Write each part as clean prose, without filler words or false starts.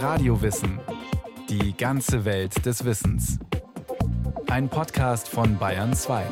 Radiowissen. Die ganze Welt des Wissens. Ein Podcast von Bayern 2.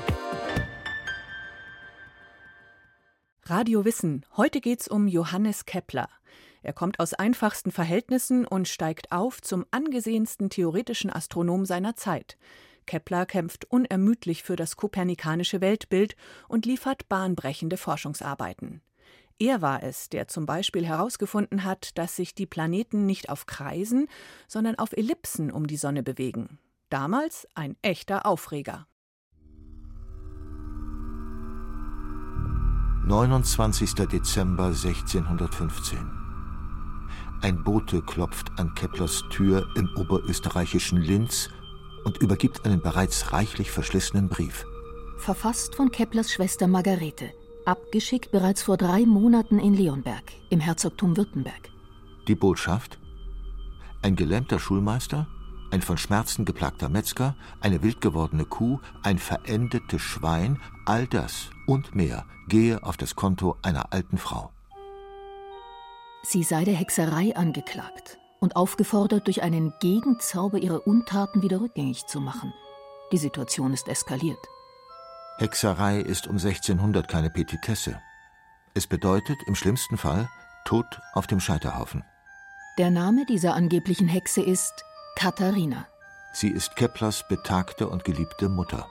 Radio Wissen. Heute geht's um Johannes Kepler. Er kommt aus einfachsten Verhältnissen und steigt auf zum angesehensten theoretischen Astronom seiner Zeit. Kepler kämpft unermüdlich für das kopernikanische Weltbild und liefert bahnbrechende Forschungsarbeiten. Er war es, der zum Beispiel herausgefunden hat, dass sich die Planeten nicht auf Kreisen, sondern auf Ellipsen um die Sonne bewegen. Damals ein echter Aufreger. 29. Dezember 1615. Ein Bote klopft an Keplers Tür im oberösterreichischen Linz und übergibt einen bereits reichlich verschlissenen Brief. Verfasst von Keplers Schwester Margarete. Abgeschickt bereits vor 3 Monaten in Leonberg, im Herzogtum Württemberg. Die Botschaft? Ein gelähmter Schulmeister, ein von Schmerzen geplagter Metzger, eine wild gewordene Kuh, ein verendetes Schwein, all das und mehr gehe auf das Konto einer alten Frau. Sie sei der Hexerei angeklagt und aufgefordert, durch einen Gegenzauber ihre Untaten wieder rückgängig zu machen. Die Situation ist eskaliert. Hexerei ist um 1600 keine Petitesse. Es bedeutet im schlimmsten Fall Tod auf dem Scheiterhaufen. Der Name dieser angeblichen Hexe ist Katharina. Sie ist Keplers betagte und geliebte Mutter.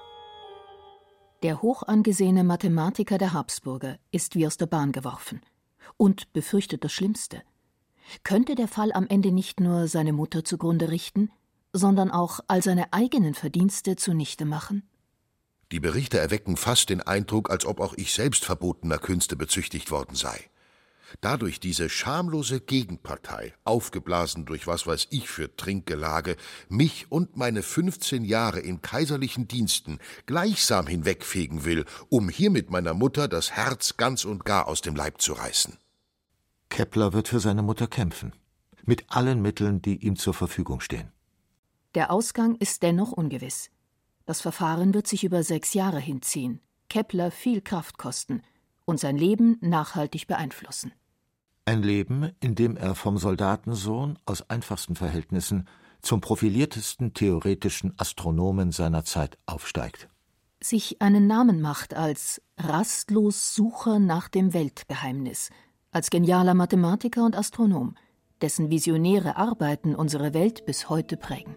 Der hoch angesehene Mathematiker der Habsburger ist wie aus der Bahn geworfen und befürchtet das Schlimmste. Könnte der Fall am Ende nicht nur seine Mutter zugrunde richten, sondern auch all seine eigenen Verdienste zunichte machen? Die Berichte erwecken fast den Eindruck, als ob auch ich selbst verbotener Künste bezüchtigt worden sei. Dadurch diese schamlose Gegenpartei, aufgeblasen durch was weiß ich für Trinkgelage, mich und meine 15 Jahre in kaiserlichen Diensten gleichsam hinwegfegen will, um hiermit meiner Mutter das Herz ganz und gar aus dem Leib zu reißen. Kepler wird für seine Mutter kämpfen, mit allen Mitteln, die ihm zur Verfügung stehen. Der Ausgang ist dennoch ungewiss. Das Verfahren wird sich über 6 Jahre hinziehen, Kepler viel Kraft kosten und sein Leben nachhaltig beeinflussen. Ein Leben, in dem er vom Soldatensohn aus einfachsten Verhältnissen zum profiliertesten theoretischen Astronomen seiner Zeit aufsteigt. Sich einen Namen macht als rastlos Sucher nach dem Weltgeheimnis, als genialer Mathematiker und Astronom, dessen visionäre Arbeiten unsere Welt bis heute prägen.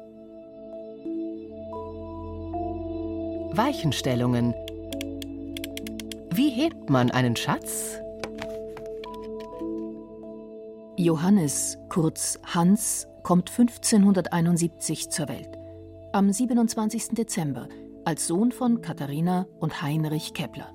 Weichenstellungen. Wie hebt man einen Schatz? Johannes, kurz Hans, kommt 1571 zur Welt. Am 27. Dezember als Sohn von Katharina und Heinrich Kepler.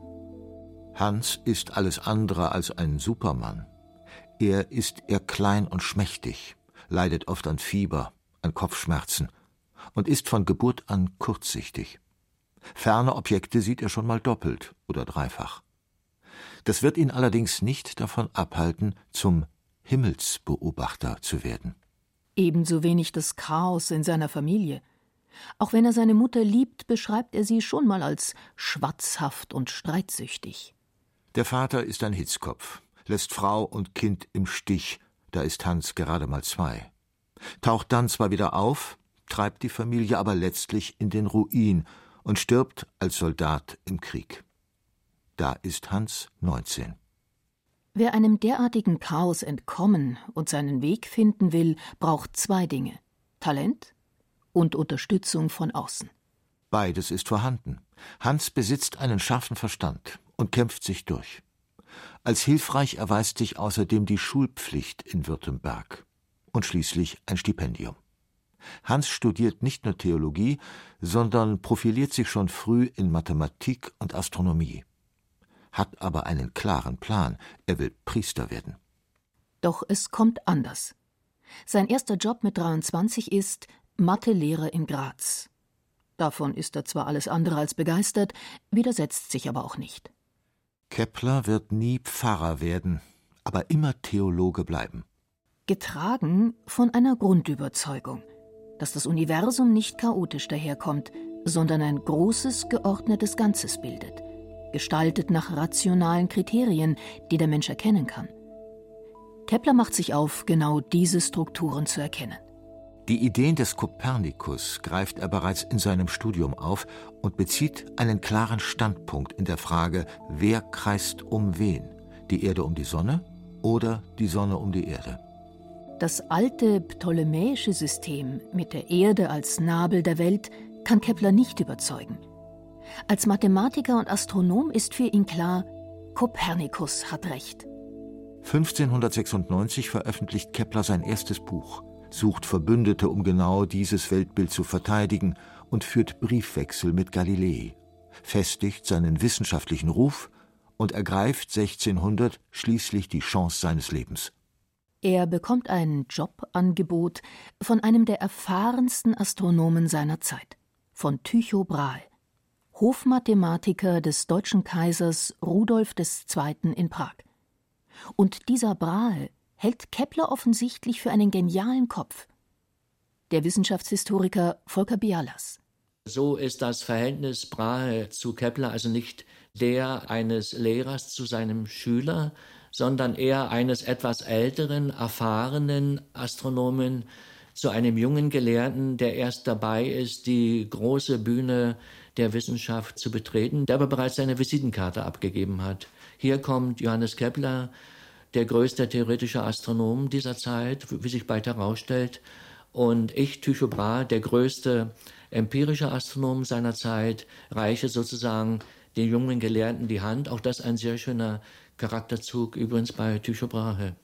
Hans ist alles andere als ein Supermann. Er ist eher klein und schmächtig, leidet oft an Fieber, an Kopfschmerzen und ist von Geburt an kurzsichtig. Ferne Objekte sieht er schon mal doppelt oder dreifach. Das wird ihn allerdings nicht davon abhalten, zum Himmelsbeobachter zu werden. Ebenso wenig das Chaos in seiner Familie. Auch wenn er seine Mutter liebt, beschreibt er sie schon mal als schwatzhaft und streitsüchtig. Der Vater ist ein Hitzkopf, lässt Frau und Kind im Stich, da ist Hans gerade mal 2. Taucht dann zwar wieder auf, treibt die Familie aber letztlich in den Ruin und stirbt als Soldat im Krieg. Da ist Hans 19. Wer einem derartigen Chaos entkommen und seinen Weg finden will, braucht 2 Dinge: Talent und Unterstützung von außen. Beides ist vorhanden. Hans besitzt einen scharfen Verstand und kämpft sich durch. Als hilfreich erweist sich außerdem die Schulpflicht in Württemberg und schließlich ein Stipendium. Hans studiert nicht nur Theologie, sondern profiliert sich schon früh in Mathematik und Astronomie. Hat aber einen klaren Plan, er will Priester werden. Doch es kommt anders. Sein erster Job mit 23 ist Mathelehrer in Graz. Davon ist er zwar alles andere als begeistert, widersetzt sich aber auch nicht. Kepler wird nie Pfarrer werden, aber immer Theologe bleiben. Getragen von einer Grundüberzeugung, dass das Universum nicht chaotisch daherkommt, sondern ein großes, geordnetes Ganzes bildet, gestaltet nach rationalen Kriterien, die der Mensch erkennen kann. Kepler macht sich auf, genau diese Strukturen zu erkennen. Die Ideen des Kopernikus greift er bereits in seinem Studium auf und bezieht einen klaren Standpunkt in der Frage, wer kreist um wen, die Erde um die Sonne oder die Sonne um die Erde. Das alte ptolemäische System mit der Erde als Nabel der Welt kann Kepler nicht überzeugen. Als Mathematiker und Astronom ist für ihn klar, Kopernikus hat recht. 1596 veröffentlicht Kepler sein erstes Buch, sucht Verbündete, um genau dieses Weltbild zu verteidigen und führt Briefwechsel mit Galilei, festigt seinen wissenschaftlichen Ruf und ergreift 1600 schließlich die Chance seines Lebens. Er bekommt ein Jobangebot von einem der erfahrensten Astronomen seiner Zeit, von Tycho Brahe, Hofmathematiker des deutschen Kaisers Rudolf II. In Prag. Und dieser Brahe hält Kepler offensichtlich für einen genialen Kopf. Der Wissenschaftshistoriker Volker Bialas. So ist das Verhältnis Brahe zu Kepler also nicht der eines Lehrers zu seinem Schüler, sondern eher eines etwas älteren, erfahrenen Astronomen zu einem jungen Gelehrten, der erst dabei ist, die große Bühne der Wissenschaft zu betreten, der aber bereits seine Visitenkarte abgegeben hat. Hier kommt Johannes Kepler, der größte theoretische Astronom dieser Zeit, wie sich bald herausstellt, und ich, Tycho Brahe, der größte empirische Astronom seiner Zeit, reiche sozusagen den jungen Gelehrten die Hand. Auch das ein sehr schöner Charakterzug übrigens bei Tycho Brahe.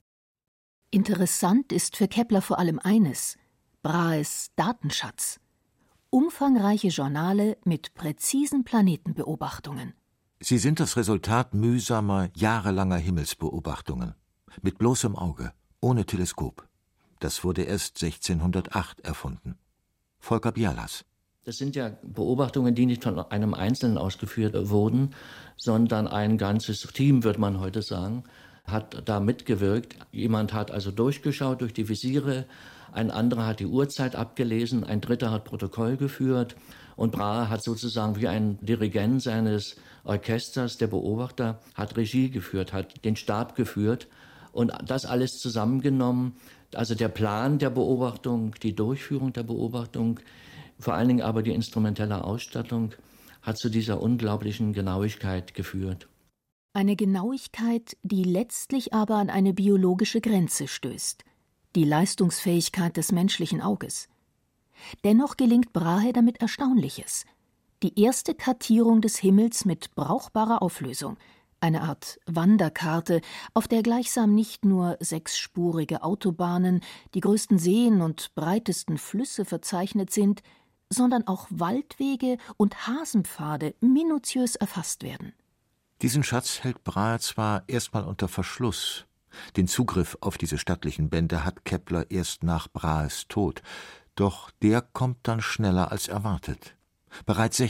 Interessant ist für Kepler vor allem eines: Brahes Datenschatz. Umfangreiche Journale mit präzisen Planetenbeobachtungen. Sie sind das Resultat mühsamer, jahrelanger Himmelsbeobachtungen. Mit bloßem Auge, ohne Teleskop. Das wurde erst 1608 erfunden. Volker Bialas. Das sind ja Beobachtungen, die nicht von einem Einzelnen ausgeführt wurden, sondern ein ganzes Team, würde man heute sagen, hat da mitgewirkt. Jemand hat also durchgeschaut durch die Visiere, ein anderer hat die Uhrzeit abgelesen, ein dritter hat Protokoll geführt und Brahe hat sozusagen wie ein Dirigent seines Orchesters, der Beobachter, hat Regie geführt, hat den Stab geführt und das alles zusammengenommen, also der Plan der Beobachtung, die Durchführung der Beobachtung, vor allen Dingen aber die instrumentelle Ausstattung, hat zu dieser unglaublichen Genauigkeit geführt. Eine Genauigkeit, die letztlich aber an eine biologische Grenze stößt, die Leistungsfähigkeit des menschlichen Auges. Dennoch gelingt Brahe damit Erstaunliches. Die erste Kartierung des Himmels mit brauchbarer Auflösung, eine Art Wanderkarte, auf der gleichsam nicht nur sechsspurige Autobahnen, die größten Seen und breitesten Flüsse verzeichnet sind, sondern auch Waldwege und Hasenpfade minutiös erfasst werden. Diesen Schatz hält Brahe zwar erstmal unter Verschluss. Den Zugriff auf diese stattlichen Bände hat Kepler erst nach Brahes Tod. Doch der kommt dann schneller als erwartet. Bereits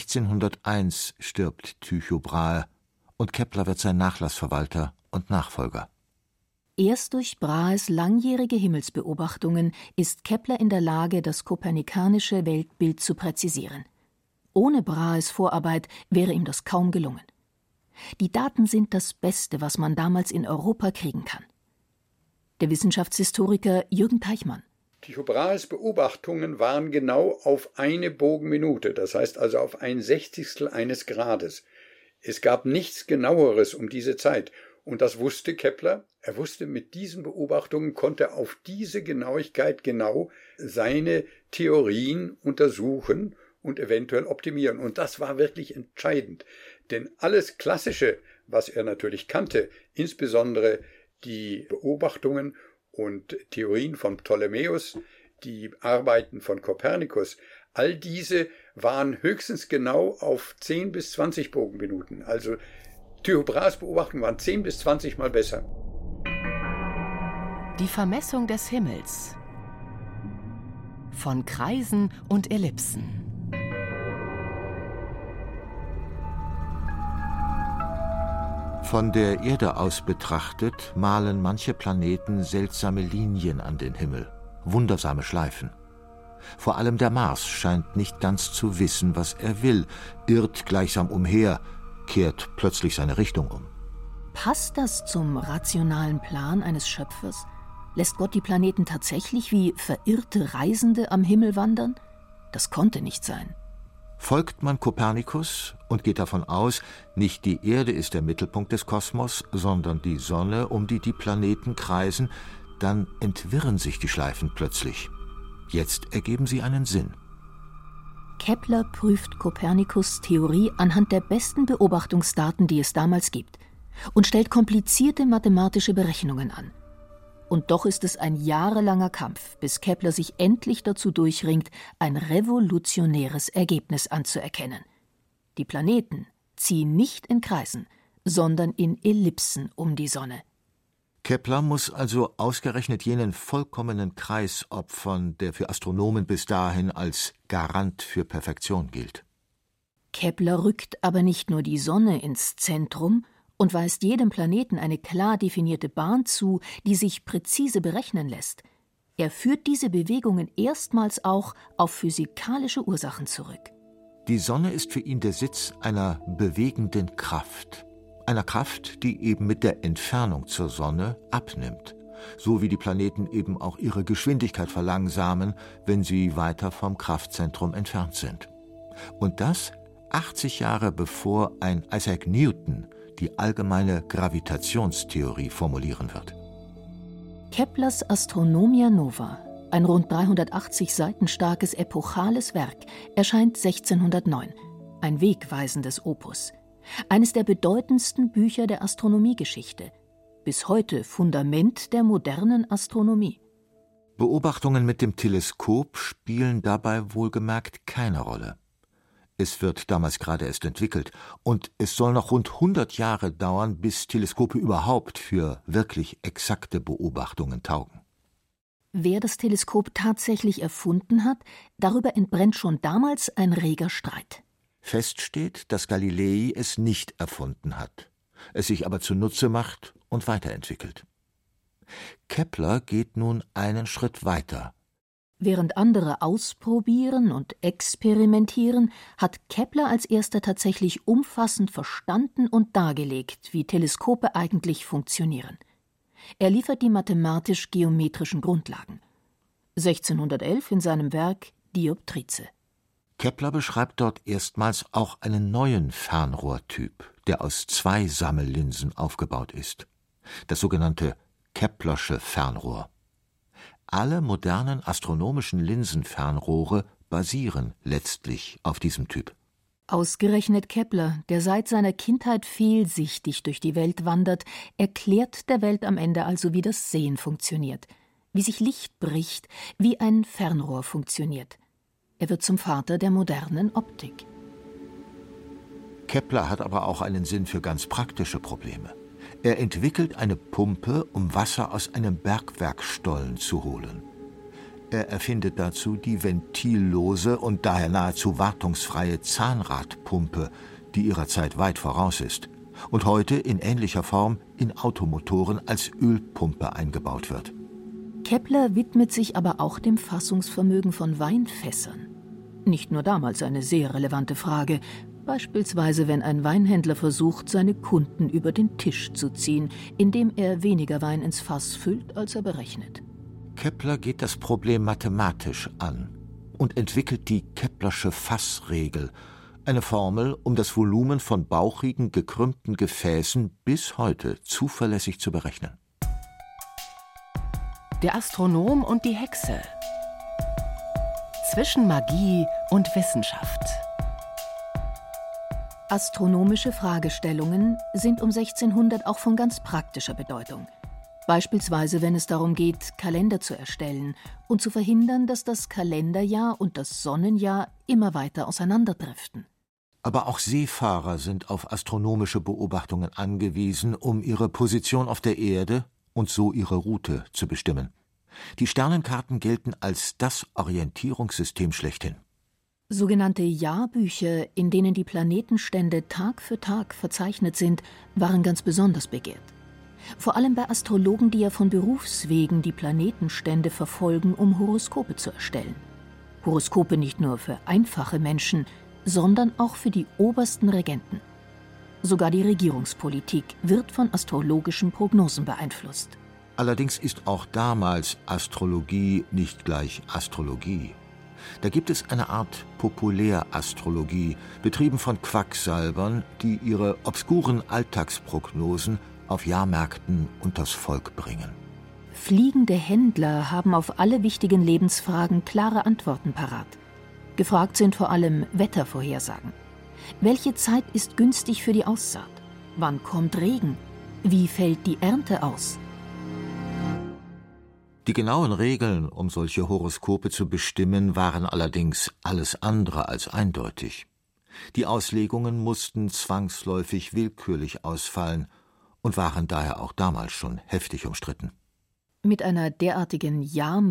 1601 stirbt Tycho Brahe und Kepler wird sein Nachlassverwalter und Nachfolger. Erst durch Brahes langjährige Himmelsbeobachtungen ist Kepler in der Lage, das kopernikanische Weltbild zu präzisieren. Ohne Brahes Vorarbeit wäre ihm das kaum gelungen. Die Daten sind das Beste, was man damals in Europa kriegen kann. Der Wissenschaftshistoriker Jürgen Teichmann. Tycho Brahes Beobachtungen waren genau auf eine Bogenminute, das heißt also auf 1/60 eines Grades. Es gab nichts Genaueres um diese Zeit. Und das wusste Kepler. Er wusste, mit diesen Beobachtungen konnte er auf diese Genauigkeit genau seine Theorien untersuchen und eventuell optimieren. Und das war wirklich entscheidend. Denn alles Klassische, was er natürlich kannte, insbesondere die Beobachtungen und Theorien von Ptolemäus, die Arbeiten von Kopernikus, all diese waren höchstens genau auf 10 bis 20 Bogenminuten. Also Tycho Brahes Beobachtungen waren 10 bis 20 Mal besser. Die Vermessung des Himmels. Von Kreisen und Ellipsen. Von der Erde aus betrachtet malen manche Planeten seltsame Linien an den Himmel, wundersame Schleifen. Vor allem der Mars scheint nicht ganz zu wissen, was er will, irrt gleichsam umher, kehrt plötzlich seine Richtung um. Passt das zum rationalen Plan eines Schöpfers? Lässt Gott die Planeten tatsächlich wie verirrte Reisende am Himmel wandern? Das konnte nicht sein. Folgt man Kopernikus und geht davon aus, nicht die Erde ist der Mittelpunkt des Kosmos, sondern die Sonne, um die die Planeten kreisen, dann entwirren sich die Schleifen plötzlich. Jetzt ergeben sie einen Sinn. Kepler prüft Kopernikus' Theorie anhand der besten Beobachtungsdaten, die es damals gibt, und stellt komplizierte mathematische Berechnungen an. Und doch ist es ein jahrelanger Kampf, bis Kepler sich endlich dazu durchringt, ein revolutionäres Ergebnis anzuerkennen. Die Planeten ziehen nicht in Kreisen, sondern in Ellipsen um die Sonne. Kepler muss also ausgerechnet jenen vollkommenen Kreis opfern, der für Astronomen bis dahin als Garant für Perfektion gilt. Kepler rückt aber nicht nur die Sonne ins Zentrum und weist jedem Planeten eine klar definierte Bahn zu, die sich präzise berechnen lässt. Er führt diese Bewegungen erstmals auch auf physikalische Ursachen zurück. Die Sonne ist für ihn der Sitz einer bewegenden Kraft. Einer Kraft, die eben mit der Entfernung zur Sonne abnimmt. So wie die Planeten eben auch ihre Geschwindigkeit verlangsamen, wenn sie weiter vom Kraftzentrum entfernt sind. Und das 80 Jahre bevor ein Isaac Newton die allgemeine Gravitationstheorie formulieren wird. Keplers Astronomia Nova, ein rund 380 Seiten starkes epochales Werk, erscheint 1609, ein wegweisendes Opus. Eines der bedeutendsten Bücher der Astronomiegeschichte, bis heute Fundament der modernen Astronomie. Beobachtungen mit dem Teleskop spielen dabei wohlgemerkt keine Rolle. Es wird damals gerade erst entwickelt und es soll noch rund 100 Jahre dauern, bis Teleskope überhaupt für wirklich exakte Beobachtungen taugen. Wer das Teleskop tatsächlich erfunden hat, darüber entbrennt schon damals ein reger Streit. Fest steht, dass Galilei es nicht erfunden hat, es sich aber zunutze macht und weiterentwickelt. Kepler geht nun einen Schritt weiter. Während andere ausprobieren und experimentieren, hat Kepler als erster tatsächlich umfassend verstanden und dargelegt, wie Teleskope eigentlich funktionieren. Er liefert die mathematisch-geometrischen Grundlagen. 1611 in seinem Werk Dioptrice. Kepler beschreibt dort erstmals auch einen neuen Fernrohrtyp, der aus 2 Sammellinsen aufgebaut ist. Das sogenannte Keplersche Fernrohr. Alle modernen astronomischen Linsenfernrohre basieren letztlich auf diesem Typ. Ausgerechnet Kepler, der seit seiner Kindheit fehlsichtig durch die Welt wandert, erklärt der Welt am Ende also, wie das Sehen funktioniert, wie sich Licht bricht, wie ein Fernrohr funktioniert. Er wird zum Vater der modernen Optik. Kepler hat aber auch einen Sinn für ganz praktische Probleme. Er entwickelt eine Pumpe, um Wasser aus einem Bergwerkstollen zu holen. Er erfindet dazu die ventillose und daher nahezu wartungsfreie Zahnradpumpe, die ihrer Zeit weit voraus ist und heute in ähnlicher Form in Automotoren als Ölpumpe eingebaut wird. Kepler widmet sich aber auch dem Fassungsvermögen von Weinfässern. Nicht nur damals eine sehr relevante Frage, beispielsweise wenn ein Weinhändler versucht, seine Kunden über den Tisch zu ziehen, indem er weniger Wein ins Fass füllt, als er berechnet. Kepler geht das Problem mathematisch an und entwickelt die Keplersche Fassregel, eine Formel, um das Volumen von bauchigen, gekrümmten Gefäßen bis heute zuverlässig zu berechnen. Der Astronom und die Hexe. Zwischen Magie und Wissenschaft. Astronomische Fragestellungen sind um 1600 auch von ganz praktischer Bedeutung. Beispielsweise, wenn es darum geht, Kalender zu erstellen und zu verhindern, dass das Kalenderjahr und das Sonnenjahr immer weiter auseinanderdriften. Aber auch Seefahrer sind auf astronomische Beobachtungen angewiesen, um ihre Position auf der Erde und so ihre Route zu bestimmen. Die Sternenkarten gelten als das Orientierungssystem schlechthin. Sogenannte Jahrbücher, in denen die Planetenstände Tag für Tag verzeichnet sind, waren ganz besonders begehrt. Vor allem bei Astrologen, die ja von Berufswegen die Planetenstände verfolgen, um Horoskope zu erstellen. Horoskope nicht nur für einfache Menschen, sondern auch für die obersten Regenten. Sogar die Regierungspolitik wird von astrologischen Prognosen beeinflusst. Allerdings ist auch damals Astrologie nicht gleich Astrologie. Da gibt es eine Art Populärastrologie, betrieben von Quacksalbern, die ihre obskuren Alltagsprognosen auf Jahrmärkten unters Volk bringen. Fliegende Händler haben auf alle wichtigen Lebensfragen klare Antworten parat. Gefragt sind vor allem Wettervorhersagen. Welche Zeit ist günstig für die Aussaat? Wann kommt Regen? Wie fällt die Ernte aus? Die genauen Regeln, um solche Horoskope zu bestimmen, waren allerdings alles andere als eindeutig. Die Auslegungen mussten zwangsläufig willkürlich ausfallen und waren daher auch damals schon heftig umstritten. Mit einer derartigen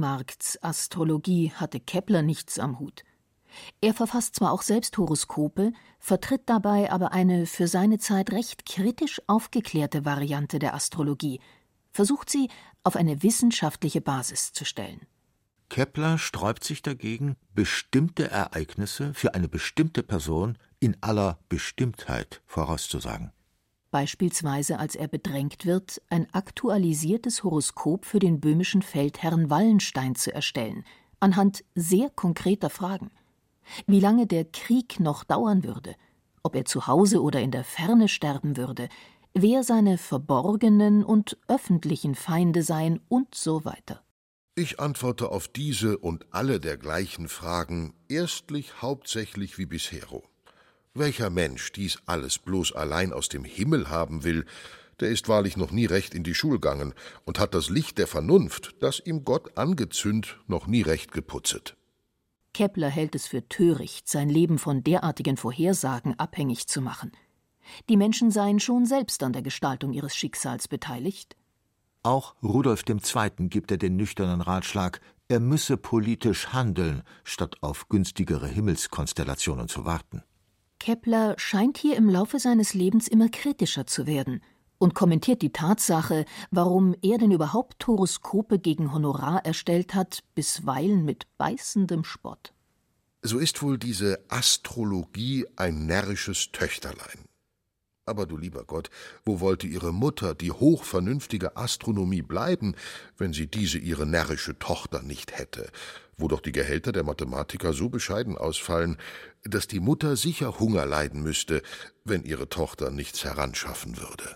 Jahrmarktsastrologie hatte Kepler nichts am Hut. Er verfasst zwar auch selbst Horoskope, vertritt dabei aber eine für seine Zeit recht kritisch aufgeklärte Variante der Astrologie, versucht sie auf eine wissenschaftliche Basis zu stellen. Kepler sträubt sich dagegen, bestimmte Ereignisse für eine bestimmte Person in aller Bestimmtheit vorauszusagen. Beispielsweise als er bedrängt wird, ein aktualisiertes Horoskop für den böhmischen Feldherrn Wallenstein zu erstellen, anhand sehr konkreter Fragen. Wie lange der Krieg noch dauern würde, ob er zu Hause oder in der Ferne sterben würde, wer seine verborgenen und öffentlichen Feinde seien und so weiter. Ich antworte auf diese und alle dergleichen Fragen erstlich hauptsächlich wie bishero. Welcher Mensch dies alles bloß allein aus dem Himmel haben will, der ist wahrlich noch nie recht in die Schul gangen und hat das Licht der Vernunft, das ihm Gott angezündt, noch nie recht geputzet. Kepler hält es für töricht, sein Leben von derartigen Vorhersagen abhängig zu machen. Die Menschen seien schon selbst an der Gestaltung ihres Schicksals beteiligt. Auch Rudolf II. Gibt er den nüchternen Ratschlag, er müsse politisch handeln, statt auf günstigere Himmelskonstellationen zu warten. Kepler scheint hier im Laufe seines Lebens immer kritischer zu werden und kommentiert die Tatsache, warum er denn überhaupt Horoskope gegen Honorar erstellt hat, bisweilen mit beißendem Spott. So ist wohl diese Astrologie ein närrisches Töchterlein. Aber du lieber Gott, wo wollte ihre Mutter, die hochvernünftige Astronomie, bleiben, wenn sie diese ihre närrische Tochter nicht hätte, wo doch die Gehälter der Mathematiker so bescheiden ausfallen, dass die Mutter sicher Hunger leiden müsste, wenn ihre Tochter nichts heranschaffen würde.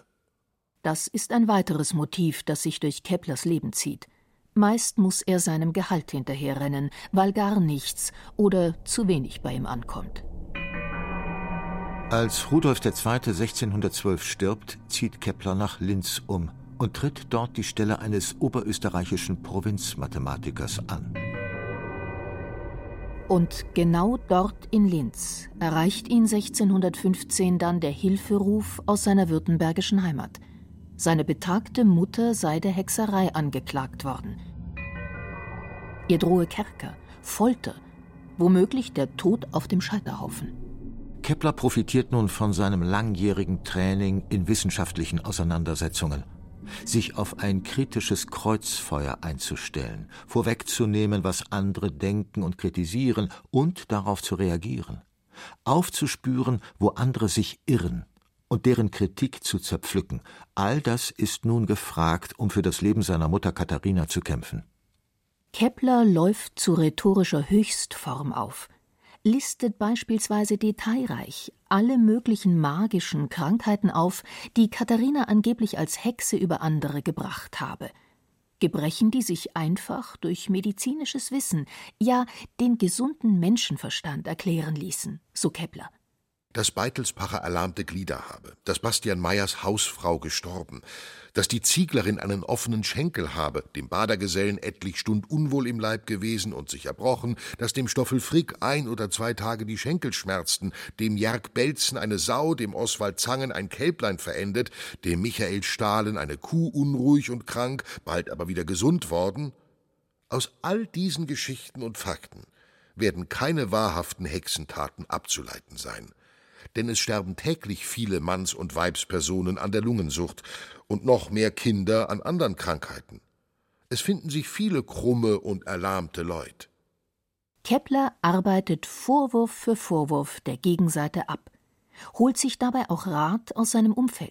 Das ist ein weiteres Motiv, das sich durch Keplers Leben zieht. Meist muss er seinem Gehalt hinterherrennen, weil gar nichts oder zu wenig bei ihm ankommt. Als Rudolf II. 1612 stirbt, zieht Kepler nach Linz um und tritt dort die Stelle eines oberösterreichischen Provinzmathematikers an. Und genau dort in Linz erreicht ihn 1615 dann der Hilferuf aus seiner württembergischen Heimat. Seine betagte Mutter sei der Hexerei angeklagt worden. Ihr drohe Kerker, Folter, womöglich der Tod auf dem Scheiterhaufen. Kepler profitiert nun von seinem langjährigen Training in wissenschaftlichen Auseinandersetzungen. Sich auf ein kritisches Kreuzfeuer einzustellen, vorwegzunehmen, was andere denken und kritisieren und darauf zu reagieren. Aufzuspüren, wo andere sich irren und deren Kritik zu zerpflücken. All das ist nun gefragt, um für das Leben seiner Mutter Katharina zu kämpfen. Kepler läuft zu rhetorischer Höchstform auf, listet beispielsweise detailreich alle möglichen magischen Krankheiten auf, die Katharina angeblich als Hexe über andere gebracht habe. Gebrechen, die sich einfach durch medizinisches Wissen, ja den gesunden Menschenverstand erklären ließen, so Kepler. Dass Beitelspacher erlahmte Glieder habe, dass Bastian Meyers Hausfrau gestorben, dass die Zieglerin einen offenen Schenkel habe, dem Badergesellen etlich Stund unwohl im Leib gewesen und sich erbrochen, dass dem Stoffel Frick 1 oder 2 Tage die Schenkel schmerzten, dem Jerk Belzen eine Sau, dem Oswald Zangen ein Kälblein verendet, dem Michael Stahlen eine Kuh unruhig und krank, bald aber wieder gesund worden. Aus all diesen Geschichten und Fakten werden keine wahrhaften Hexentaten abzuleiten sein. Denn es sterben täglich viele Manns- und Weibspersonen an der Lungensucht und noch mehr Kinder an anderen Krankheiten. Es finden sich viele krumme und erlahmte Leute. Kepler arbeitet Vorwurf für Vorwurf der Gegenseite ab, holt sich dabei auch Rat aus seinem Umfeld,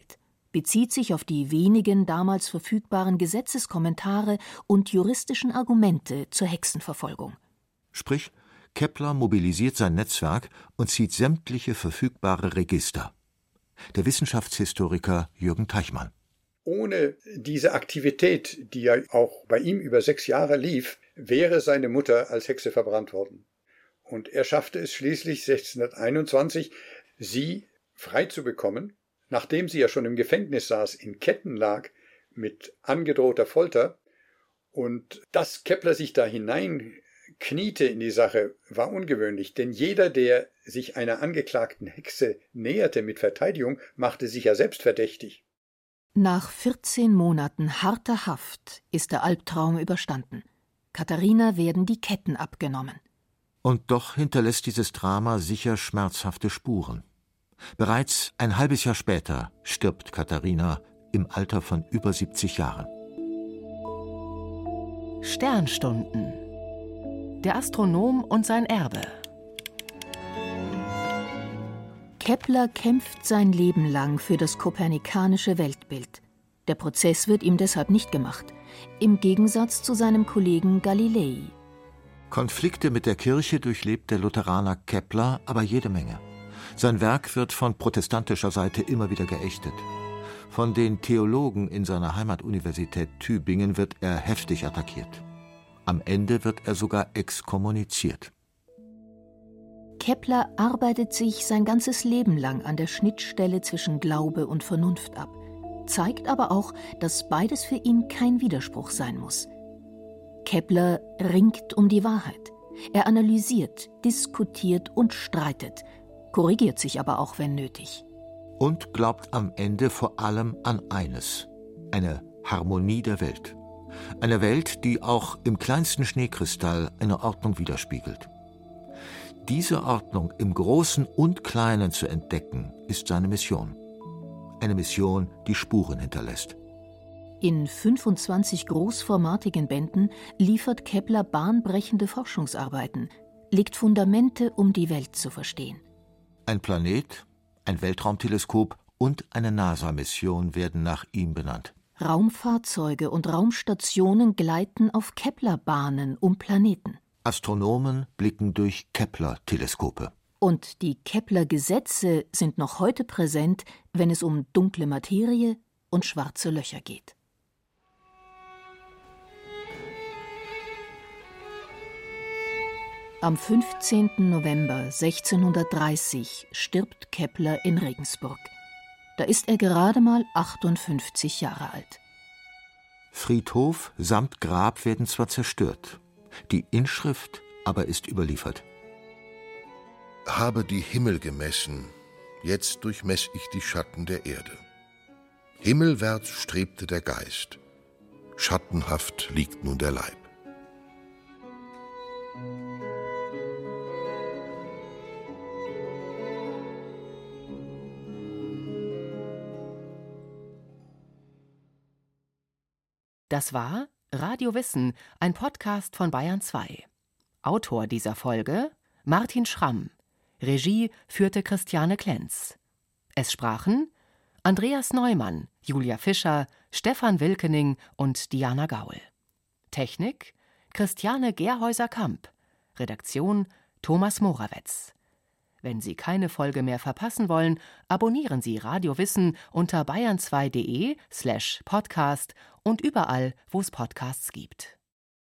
bezieht sich auf die wenigen damals verfügbaren Gesetzeskommentare und juristischen Argumente zur Hexenverfolgung. Sprich, Kepler mobilisiert sein Netzwerk und zieht sämtliche verfügbare Register. Der Wissenschaftshistoriker Jürgen Teichmann. Ohne diese Aktivität, die ja auch bei ihm über 6 Jahre lief, wäre seine Mutter als Hexe verbrannt worden. Und er schaffte es schließlich 1621, sie frei zu bekommen, nachdem sie ja schon im Gefängnis saß, in Ketten lag, mit angedrohter Folter. Und dass Kepler sich da hineinkniete in die Sache, war ungewöhnlich, denn jeder, der sich einer angeklagten Hexe näherte mit Verteidigung, machte sich ja selbst verdächtig. Nach 14 Monaten harter Haft ist der Albtraum überstanden. Katharina werden die Ketten abgenommen. Und doch hinterlässt dieses Drama sicher schmerzhafte Spuren. Bereits ein halbes Jahr später stirbt Katharina im Alter von über 70 Jahren. Sternstunden. Der Astronom und sein Erbe. Kepler kämpft sein Leben lang für das kopernikanische Weltbild. Der Prozess wird ihm deshalb nicht gemacht, im Gegensatz zu seinem Kollegen Galilei. Konflikte mit der Kirche durchlebt der Lutheraner Kepler aber jede Menge. Sein Werk wird von protestantischer Seite immer wieder geächtet. Von den Theologen in seiner Heimatuniversität Tübingen wird er heftig attackiert. Am Ende wird er sogar exkommuniziert. Kepler arbeitet sich sein ganzes Leben lang an der Schnittstelle zwischen Glaube und Vernunft ab, zeigt aber auch, dass beides für ihn kein Widerspruch sein muss. Kepler ringt um die Wahrheit. Er analysiert, diskutiert und streitet, korrigiert sich aber auch, wenn nötig. Und glaubt am Ende vor allem an eines: eine Harmonie der Welt. Eine Welt, die auch im kleinsten Schneekristall eine Ordnung widerspiegelt. Diese Ordnung im Großen und Kleinen zu entdecken, ist seine Mission. Eine Mission, die Spuren hinterlässt. In 25 großformatigen Bänden liefert Kepler bahnbrechende Forschungsarbeiten, legt Fundamente, um die Welt zu verstehen. Ein Planet, ein Weltraumteleskop und eine NASA-Mission werden nach ihm benannt. Raumfahrzeuge und Raumstationen gleiten auf Kepler-Bahnen um Planeten. Astronomen blicken durch Kepler-Teleskope. Und die Kepler-Gesetze sind noch heute präsent, wenn es um dunkle Materie und schwarze Löcher geht. Am 15. November 1630 stirbt Kepler in Regensburg. Da ist er gerade mal 58 Jahre alt. Friedhof samt Grab werden zwar zerstört, die Inschrift aber ist überliefert. Habe die Himmel gemessen, jetzt durchmess ich die Schatten der Erde. Himmelwärts strebte der Geist, schattenhaft liegt nun der Leib. Das war Radio Wissen, ein Podcast von Bayern 2. Autor dieser Folge Martin Schramm. Regie führte Christiane Klenz. Es sprachen Andreas Neumann, Julia Fischer, Stefan Wilkening und Diana Gaul. Technik Christiane Gerhäuser-Kamp. Redaktion Thomas Morawetz. Wenn Sie keine Folge mehr verpassen wollen, abonnieren Sie Radio Wissen unter bayern2.de/podcast und überall, wo es Podcasts gibt.